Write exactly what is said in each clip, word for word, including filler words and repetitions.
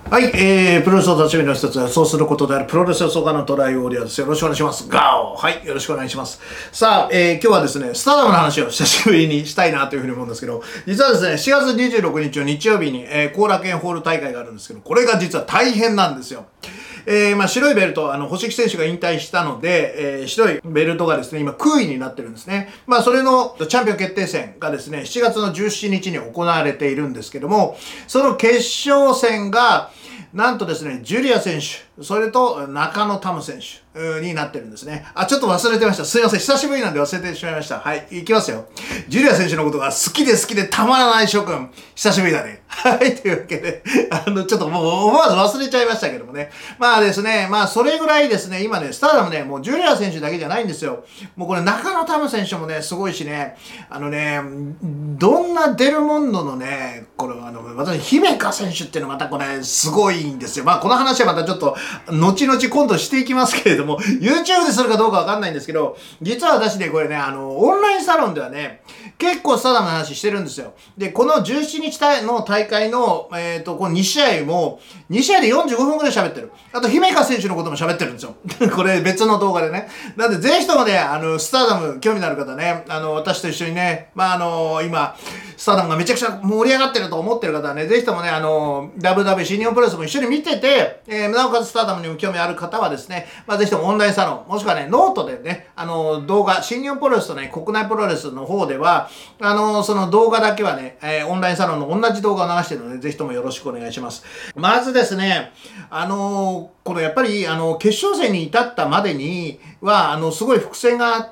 はい、えー、プロレスの立ち上げの一つは、そうすることであるプロレス予想家のトライオーディアです。よろしくお願いします。ガオはい、よろしくお願いします。さあ、えー、今日はですね、スターダムの話を久しぶりにしたいなというふうに思うんですけど、実はですね、しがつにじゅうろくにちの日曜日に、えー、後楽園ホール大会があるんですけど、これが実は大変なんですよ。えー、まあ白いベルト、あの、星木選手が引退したので、えー、白いベルトがですね、今空位になってるんですね。まあそれのチャンピオン決定戦がですね、しちがつのじゅうしちにちに行われているんですけども、その決勝戦が、なんとですね、ジュリア選手、それと中野タム選手になってるんですね。あ、ちょっと忘れてました。すいません。久しぶりなんで忘れてしまいました。はい、いきますよ。ジュリア選手のことが好きで好きでたまらない諸君。久しぶりだね。はい、というわけで、あの、ちょっともう思わず忘れちゃいましたけどもね。まあですね、まあそれぐらいですね、今ね、スターダムね、もうジュリア選手だけじゃないんですよ。もうこれ中野タム選手もね、すごいしね、あのね、どんなデルモンドのね、これあの、私、姫香選手っていうのまたこれ、すごいんですよ。まあこの話はまたちょっと、後々今度していきますけれども、YouTube でするかどうかわかんないんですけど、実は私ね、これね、あの、オンラインサロンではね、結構スターダムの話してるんですよ。で、このじゅうしちにちの大会の、えっと、このにしあいも、にしあいでよんじゅうごふんくらい喋ってる。あと、姫香選手のことも喋ってるんですよ。これ別の動画でね。なんで、ぜひともね、あの、スターダム興味のある方ね、あの、私と一緒にね、まあ、あの、今、スターダムがめちゃくちゃ盛り上がってると思ってる方はね、ぜひともね、あの、ダブリューダブリュー 新日本プロレスも一緒に見てて、えー、なおかつスターダムにも興味ある方はですね、まあ、ぜひともオンラインサロン、もしくはね、ノートでね、あの、動画、新日本プロレスとね、国内プロレスの方では、あの、その動画だけはね、えー、オンラインサロンの同じ動画を流しているので、ぜひともよろしくお願いします。まずですね、あの、このやっぱり、あの、決勝戦に至ったまでには、あの、すごい伏線があって、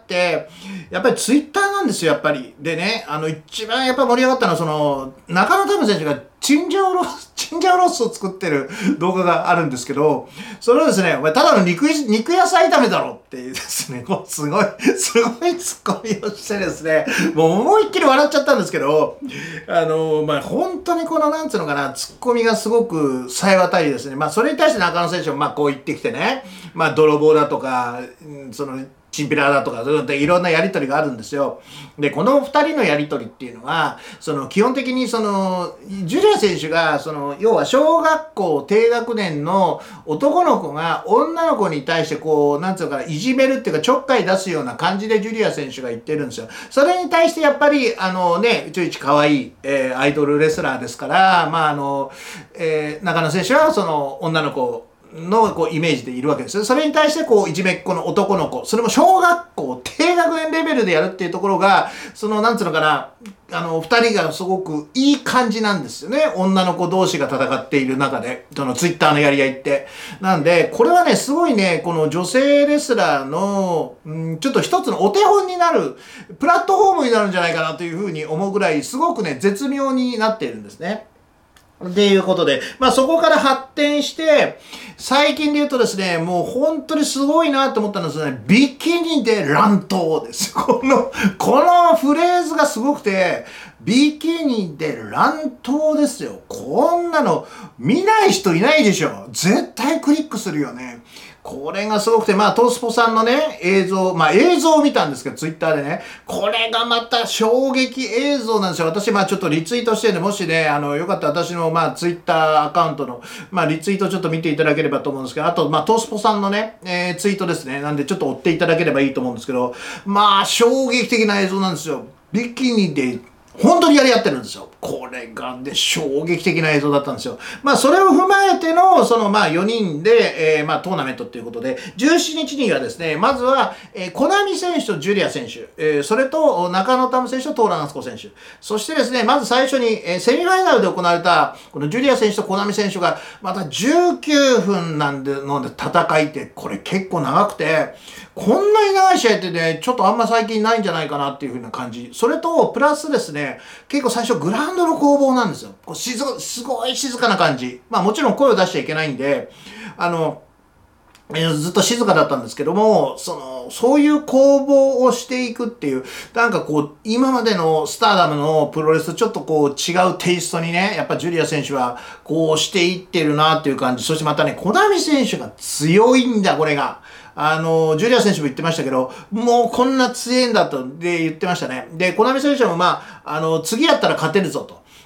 やっぱりツイッターなんですよ、やっぱり。でね、あの、一番やっぱ盛り上がったのは、その、中野タム選手がチンジャオロス、チンジャオロスを作ってる動画があるんですけど、それはですね、お前ただの肉、肉野菜炒めだろっていうですね、もうすごい、すごいツッコミをしてですね、もう思いっきり笑っちゃったんですけど、あの、まあ、本当にこの、なんつうのかな、ツッコミがすごく冴え渡りですね。まあ、それに対して中野選手もまあ、こう言ってきてね、まあ、泥棒だとか、その、チンピラだとか、いろんなやりとりがあるんですよ。で、この二人のやりとりっていうのは、その、基本的にその、ジュリア選手が、その、要は小学校低学年の男の子が女の子に対してこう、なんつうのかな、いじめるっていうかちょっかい出すような感じでジュリア選手が言ってるんですよ。それに対してやっぱり、あのね、いちいち可愛い、えー、アイドルレスラーですから、まああの、えー、中野選手はその女の子、のこうイメージでいるわけですよ。それに対してこういじめっ子の男の子、それも小学校低学年レベルでやるっていうところが、そのなんつうのかな、あの二人がすごくいい感じなんですよね。女の子同士が戦っている中で、そのツイッターのやり合いって。なんで、これはね、すごいね、この女性レスラーの、んちょっと一つのお手本になる、プラットフォームになるんじゃないかなというふうに思うぐらい、すごくね、絶妙になっているんですね。っていうことで、まあそこから発展して、最近で言うとですね、もう本当にすごいなと思ったのはですね、ビキニで乱闘です。この、このフレーズがすごくて、ビキニで乱闘ですよ。こんなの見ない人いないでしょ。絶対クリックするよね。これがすごくて、まあ、トースポさんのね、映像、まあ、映像を見たんですけど、ツイッターでね、これがまた衝撃映像なんですよ。私、まあ、ちょっとリツイートしてるんで、もしね、あの、よかったら私の、まあ、ツイッターアカウントの、まあ、リツイートちょっと見ていただければと思うんですけど、あと、まあ、トースポさんのね、えー、ツイートですね。なんで、ちょっと追っていただければいいと思うんですけど、まあ、衝撃的な映像なんですよ。ビキニで、本当にやり合ってるんですよ。これがね、衝撃的な映像だったんですよ。まあ、それを踏まえての、その、まあ、よにんで、えー、まあ、トーナメントっていうことで、じゅうしちにちにはですね、まずは、えー、コナミ選手とジュリア選手、えー、それと、中野タム選手とトーラナスコ選手。そしてですね、まず最初に、えー、セミファイナルで行われた、このジュリア選手とコナミ選手が、またじゅうきゅうふんなんで、の戦いって、これ結構長くて、こんなに長い試合ってね、ちょっとあんま最近ないんじゃないかなっていう風な感じ。それと、プラスですね、結構最初グラウンドの攻防なんですよ。こう静すごい静かな感じ。まあもちろん声を出しちゃいけないんで、あの、えー、ずっと静かだったんですけども、その、そういう攻防をしていくっていう、なんかこう、今までのスターダムのプロレスとちょっとこう違うテイストにね、やっぱジュリア選手はこうしていってるなっていう感じ。そしてまたね、コナミ選手が強いんだ、これが。あの、ジュリア選手も言ってましたけど、もうこんな強いんだと、で言ってましたね。で、コナミ選手もまあ、あの、次やったら勝てるぞと。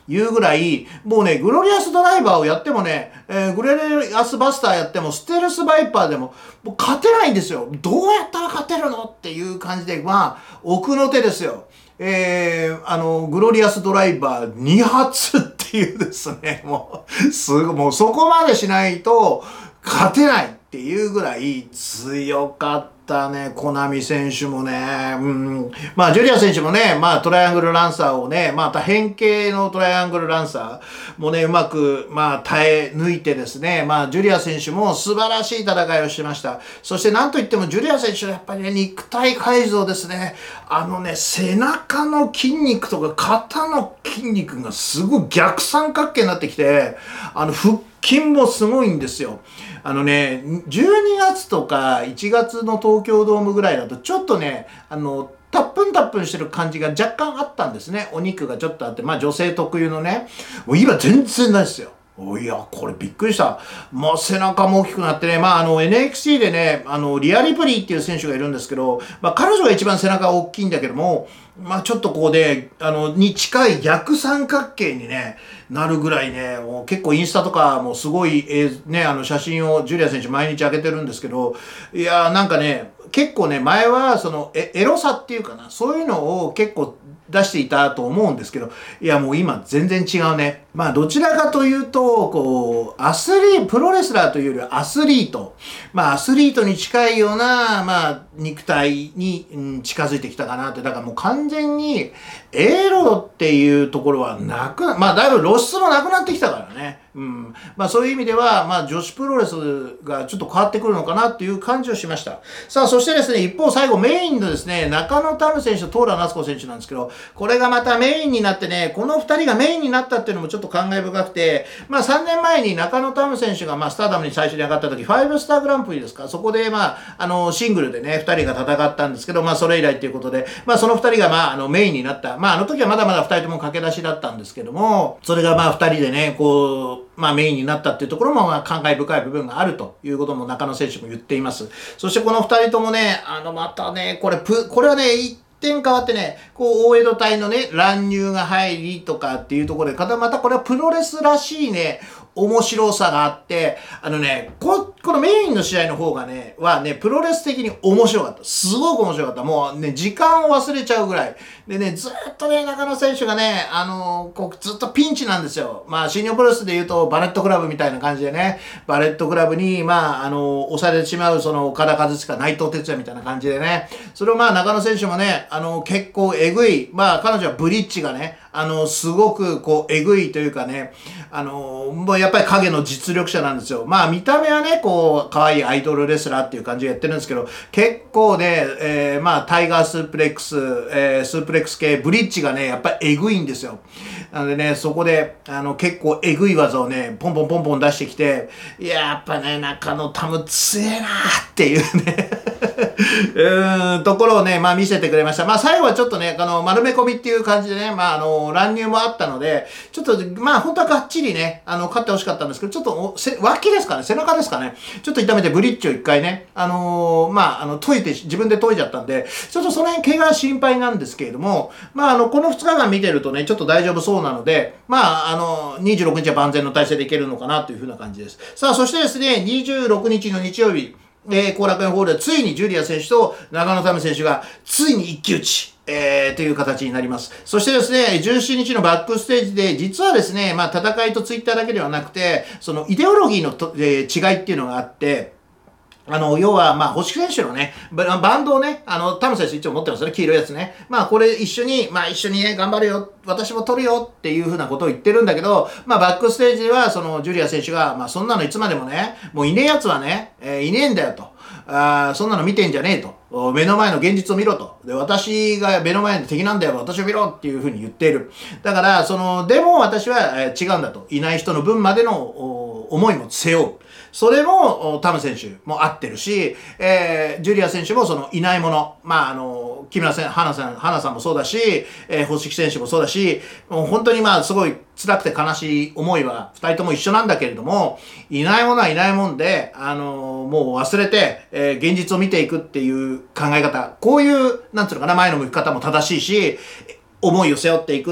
いうぐらい、もうね、グロリアスドライバーをやってもね、えー、グロリアスバスターやっても、ステルスバイパーでも、もう勝てないんですよ。どうやったら勝てるのっていう感じで、まあ、奥の手ですよ。えー、あの、グロリアスドライバーに発っていうですね、もう、すごい、もうそこまでしないと勝てないっていうぐらい強かったね、コナミ選手もね。うん。まあ、ジュリア選手もね、まあ、トライアングルランサーをね、また変形のトライアングルランサーもね、うまく、まあ、耐え抜いてですね、まあ、ジュリア選手も素晴らしい戦いをしました。そしてなんといっても、ジュリア選手はやっぱりね、肉体改造ですね。あのね、背中の筋肉とか肩の筋肉がすごい逆三角形になってきて、あの、腹筋もすごいんですよ。あのね、じゅうにがつとかいちがつの東京ドームぐらいだとちょっとね、あの、タップンタップンしてる感じが若干あったんですね。お肉がちょっとあって、まあ女性特有のね。もう今全然ないですよ。いや、これびっくりした。まあ、背中も大きくなってね、まあ、あの、エヌエックスティー でね、あの、リア・リプリーっていう選手がいるんですけど、まあ、彼女が一番背中が大きいんだけども、まあ、ちょっとこうね、あの、に近い逆三角形にね、なるぐらいね、もう結構インスタとかもすごい、えー、ね、あの、写真をジュリア選手毎日上げてるんですけど、いやー、なんかね、結構ね、前は、その、エロさっていうかな、そういうのを結構、出していたと思うんですけど、いやもう今全然違うね。まあどちらかというと、こう、アスリート、プロレスラーというよりはアスリート。まあアスリートに近いような、まあ肉体に、うん、近づいてきたかなって。だからもう完全にエロっていうところはなくな、まあだいぶ露出もなくなってきたからね。うん。まあそういう意味では、まあ女子プロレスがちょっと変わってくるのかなっていう感じをしました。さあそしてですね、一方最後メインのですね、中野タム選手とトーラナスコ選手なんですけど、これがまたメインになってね、この二人がメインになったっていうのもちょっと感慨深くて、まあさんねんまえに中野タム選手がまあスターダムに最初に上がった時、ファイブスターグランプリですか、そこでまあ、あの、シングルでね、二人が戦ったんですけど、まあそれ以来っていうことで、まあその二人がまあ、あの、メインになった。まああの時はまだまだ二人とも駆け出しだったんですけども、それがまあ二人でね、こう、まあメインになったっていうところもまあ感慨深い部分があるということも中野選手も言っています。そしてこの二人ともね、あのまたね、これプ、これはね、一点変わってね、こう大江戸隊のね、乱入が入りとかっていうところで、またこれはプロレスらしいね、面白さがあって、あのね、こ、このメインの試合の方がね、はね、プロレス的に面白かった。すごく面白かった。もうね、時間を忘れちゃうぐらい。でね、ずっとね、中野選手がね、あのー、こう、ずっとピンチなんですよ。まあ、新日本プロレスで言うと、バレットクラブみたいな感じでね、バレットクラブに、まあ、あのー、押されてしまう、その、岡田和親、内藤哲也みたいな感じでね、それをまあ、中野選手もね、あのー、結構えぐい、まあ、彼女はブリッジがね、あの、すごく、こう、えぐいというかね、あの、もうやっぱり影の実力者なんですよ。まあ、見た目はね、こう、可愛いアイドルレスラーっていう感じでやってるんですけど、結構ね、えー、まあ、タイガースープレックス、えー、スープレックス系、ブリッジがね、やっぱりえぐいんですよ。なのでね、そこで、あの、結構えぐい技をね、ポンポンポンポン出してきて、いや、やっぱね、中野タム強えなーっていうね、うーん、ところをね、まあ見せてくれました。まあ最後はちょっとね、あの、丸め込みっていう感じでね、まああの、乱入もあったので、ちょっと、まあ本当はがっちりね、あの、勝ってほしかったんですけど、ちょっと、せ脇ですかね、背中ですかね、ちょっと痛めてブリッジを一回ね、あのー、まああの、解いて、自分で解いちゃったんで、ちょっとその辺怪我心配なんですけれども、まああの、このふつかかん見てるとね、ちょっと大丈夫そうなので、まああの、にじゅうろくにちは万全の体制でいけるのかなというふうな感じです。さあ、そしてですね、にじゅうろくにちの日曜日、えー、後楽園ホールでついにジュリア選手と中野タム選手がついに一騎打ち、えー、という形になります。そしてですね、じゅうしちにちのバックステージで、実はですね、まあ戦いとツイッターだけではなくて、そのイデオロギーのと、えー、違いっていうのがあって、あの、要は、まあ、星選手のね、バンドをね、あの、タム選手一応持ってますよね、黄色いやつね。まあ、これ一緒に、まあ、一緒にね、頑張るよ、私も取るよっていうふうなことを言ってるんだけど、まあ、バックステージでは、その、ジュリア選手が、まあ、そんなのいつまでもね、もういねえやつはね、えー、いねえんだよと。あそんなの見てんじゃねえと。目の前の現実を見ろと。で、私が目の前の敵なんだよ、私を見ろっていうふうに言っている。だから、その、でも私は、えー、違うんだと。いない人の分までの思いも背負う。それも、タム選手も合ってるし、えー、ジュリア選手もそのいないもの、まあ、あの、木村さん、花さん、花さんもそうだし、えー、星木選手もそうだし、もう本当にまあ、すごい辛くて悲しい思いは二人とも一緒なんだけれども、いないものはいないもんで、あの、もう忘れて、えー、現実を見ていくっていう考え方、こういう、なんつうのかな、前の向き方も正しいし、思いを背負っていく。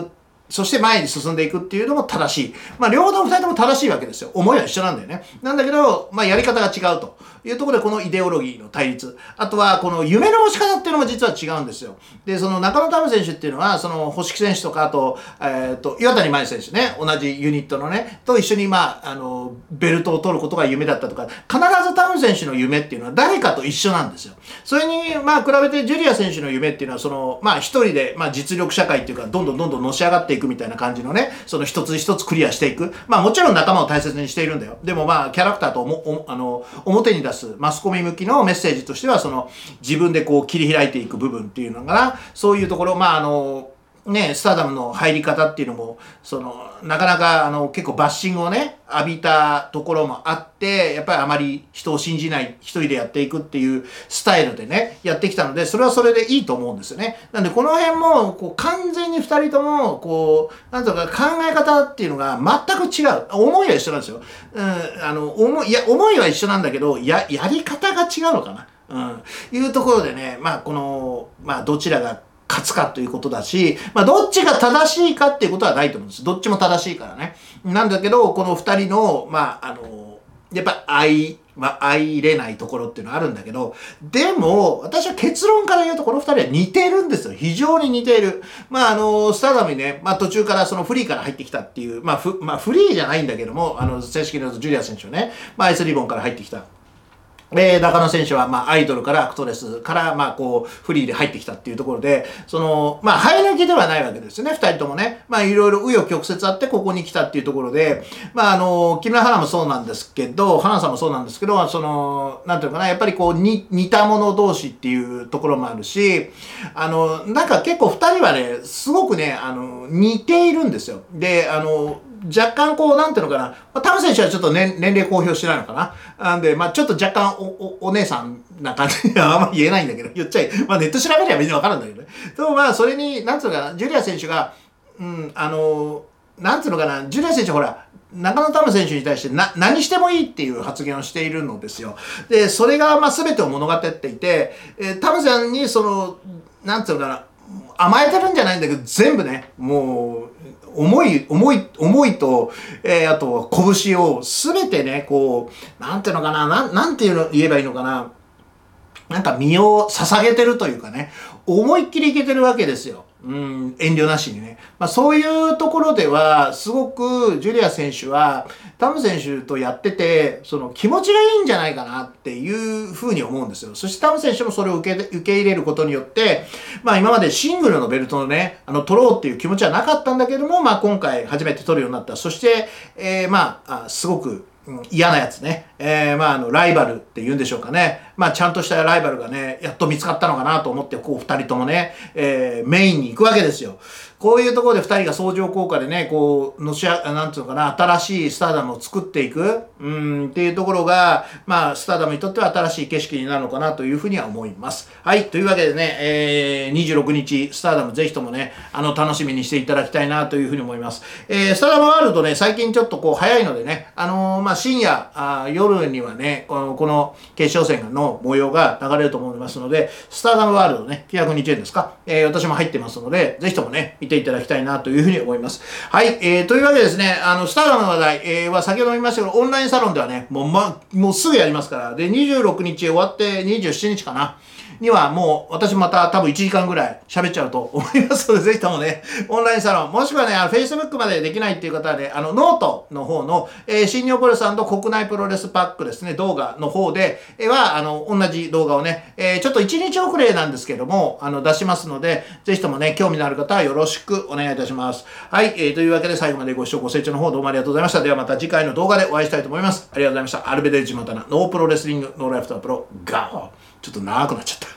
そして前に進んでいくっていうのも正しい。まあ、両方とも二人とも正しいわけですよ。思いは一緒なんだよね。なんだけど、まあ、やり方が違うというところで、このイデオロギーの対立。あとは、この夢の持ち方っていうのも実は違うんですよ。で、その中野タム選手っていうのは、その星木選手とか、あと、えっと、岩谷真由選手ね、同じユニットのね、と一緒に、まあ、あの、ベルトを取ることが夢だったとか、必ずタム選手の夢っていうのは誰かと一緒なんですよ。それに、まあ、比べてジュリア選手の夢っていうのは、その、まあ、一人で、まあ、実力社会っていうか、どんどんどんどんのし上がっていくみたいな感じのね、その一つ一つクリアしていく。まあもちろん仲間を大切にしているんだよ。でもまあキャラクターとおもおあの表に出すマスコミ向きのメッセージとしては、その自分でこう切り開いていく部分っていうのかな。そういうところ、まああの、ね、スターダムの入り方っていうのも、その、なかなか、あの、結構バッシングをね、浴びたところもあって、やっぱりあまり人を信じない、一人でやっていくっていうスタイルでね、やってきたので、それはそれでいいと思うんですよね。なんで、この辺も、こう、完全に二人とも、こう、なんとか考え方っていうのが全く違う。思いは一緒なんですよ。うん、あの、思い、いや、思いは一緒なんだけど、や、やり方が違うのかな。うん、いうところでね、まあ、この、まあ、どちらが、勝つかということだし、まあ、どっちが正しいかっていうことはないと思うんです。どっちも正しいからね。なんだけど、この二人の、まあ、あの、やっぱ相、まあ、相入れないところっていうのはあるんだけど、でも、私は結論から言うと、この二人は似てるんですよ。非常に似ている。まあ、あの、スターダムにね、まあ、途中からそのフリーから入ってきたっていう、まあ、ふ、まあ、フリーじゃないんだけども、あの、正式に言うとジュリア選手ね、まあ、アイスリボンから入ってきた。で、中野選手は、まあ、アイドルからアクトレスから、まあ、こう、フリーで入ってきたっていうところで、その、まあ、生え抜きではないわけですよね、二人ともね。まあ、いろいろ紆余曲折あって、ここに来たっていうところで、まあ、あの、木村花もそうなんですけど、花さんもそうなんですけど、その、なんていうのかな、やっぱりこう、に、似た者同士っていうところもあるし、あの、なんか結構二人はね、すごくね、あの、似ているんですよ。で、あの、若干こう、なんていうのかな、まあ、タム選手はちょっと年、年齢公表してないのかな。なんで、まあちょっと若干お、お、お姉さんな感じであんま言えないんだけど、言っちゃい。まあネット調べればみんなわかるんだけどね。でもまあそれに、なんつうのかな、ジュリア選手が、うん、あの、なんつうのかな、ジュリア選手ほら、中野タム選手に対してな、何してもいいっていう発言をしているのですよ。で、それがまあ全てを物語っていて、えー、タムさんにその、なんつうのかな、甘えてるんじゃないんだけど、全部ね、もう、思い、思い、思いと、えー、あと、拳をすべてね、こう、なんていうのかな、なん、なんていうの言えばいいのかな。なんか身を捧げてるというかね、思いっきりいけてるわけですよ。うん、遠慮なしにね。まあそういうところでは、すごくジュリア選手は、タム選手とやってて、その気持ちがいいんじゃないかなっていうふうに思うんですよ。そしてタム選手もそれを受け、受け入れることによって、まあ今までシングルのベルトのね、あの、取ろうっていう気持ちはなかったんだけども、まあ今回初めて取るようになった。そして、えー、まあ、あすごく、うん、嫌なやつね。えー、まあ、あの、ライバルって言うんでしょうかね。まあ、ちゃんとしたライバルがね、やっと見つかったのかなと思って、こう、二人ともね、えー、メインに行くわけですよ。こういうところで二人が相乗効果でね、こう、のしあ、なんていうのかな、新しいスターダムを作っていく、うん、っていうところが、まあ、スターダムにとっては新しい景色になるのかなというふうには思います。はい。というわけでね、えー、にじゅうろくにち、スターダムぜひともね、あの、楽しみにしていただきたいなというふうに思います。えー、スターダムワールドね、最近ちょっとこう、早いのでね、あのー、まあ、深夜、あ夜にはね、この、この決勝戦の模様が流れると思いますので、スターダムワールドね、きゅうひゃくにじゅうえんですか、えー、私も入ってますので、ぜひともね、見ていただきたいなというふうに思います。はい、えー、というわけでですね、あの、スターダムの話題、えー、は先ほど言いましたけど、オンラインサロンではね、もう、ま、もうすぐやりますから、で、にじゅうろくにち終わってにじゅうしちにちかな。にはもう私また多分いちじかんぐらい喋っちゃうと思いますので、ぜひともね、オンラインサロン、もしくはね、あの Facebook までできないっていう方はね、あのノートの方の、えー、新日本プロレス&国内プロレスパックですね、動画の方で、えー、は、あの、同じ動画をね、えー、ちょっといちにち遅れなんですけども、あの、出しますので、ぜひともね、興味のある方はよろしくお願いいたします。はい、えー、というわけで最後までご視聴ご清聴の方どうもありがとうございました。ではまた次回の動画でお会いしたいと思います。ありがとうございました。アルベデルチマタナ、ノープロレスリング、ノーライフタープロ、ガオ。ちょっと長くなっちゃった。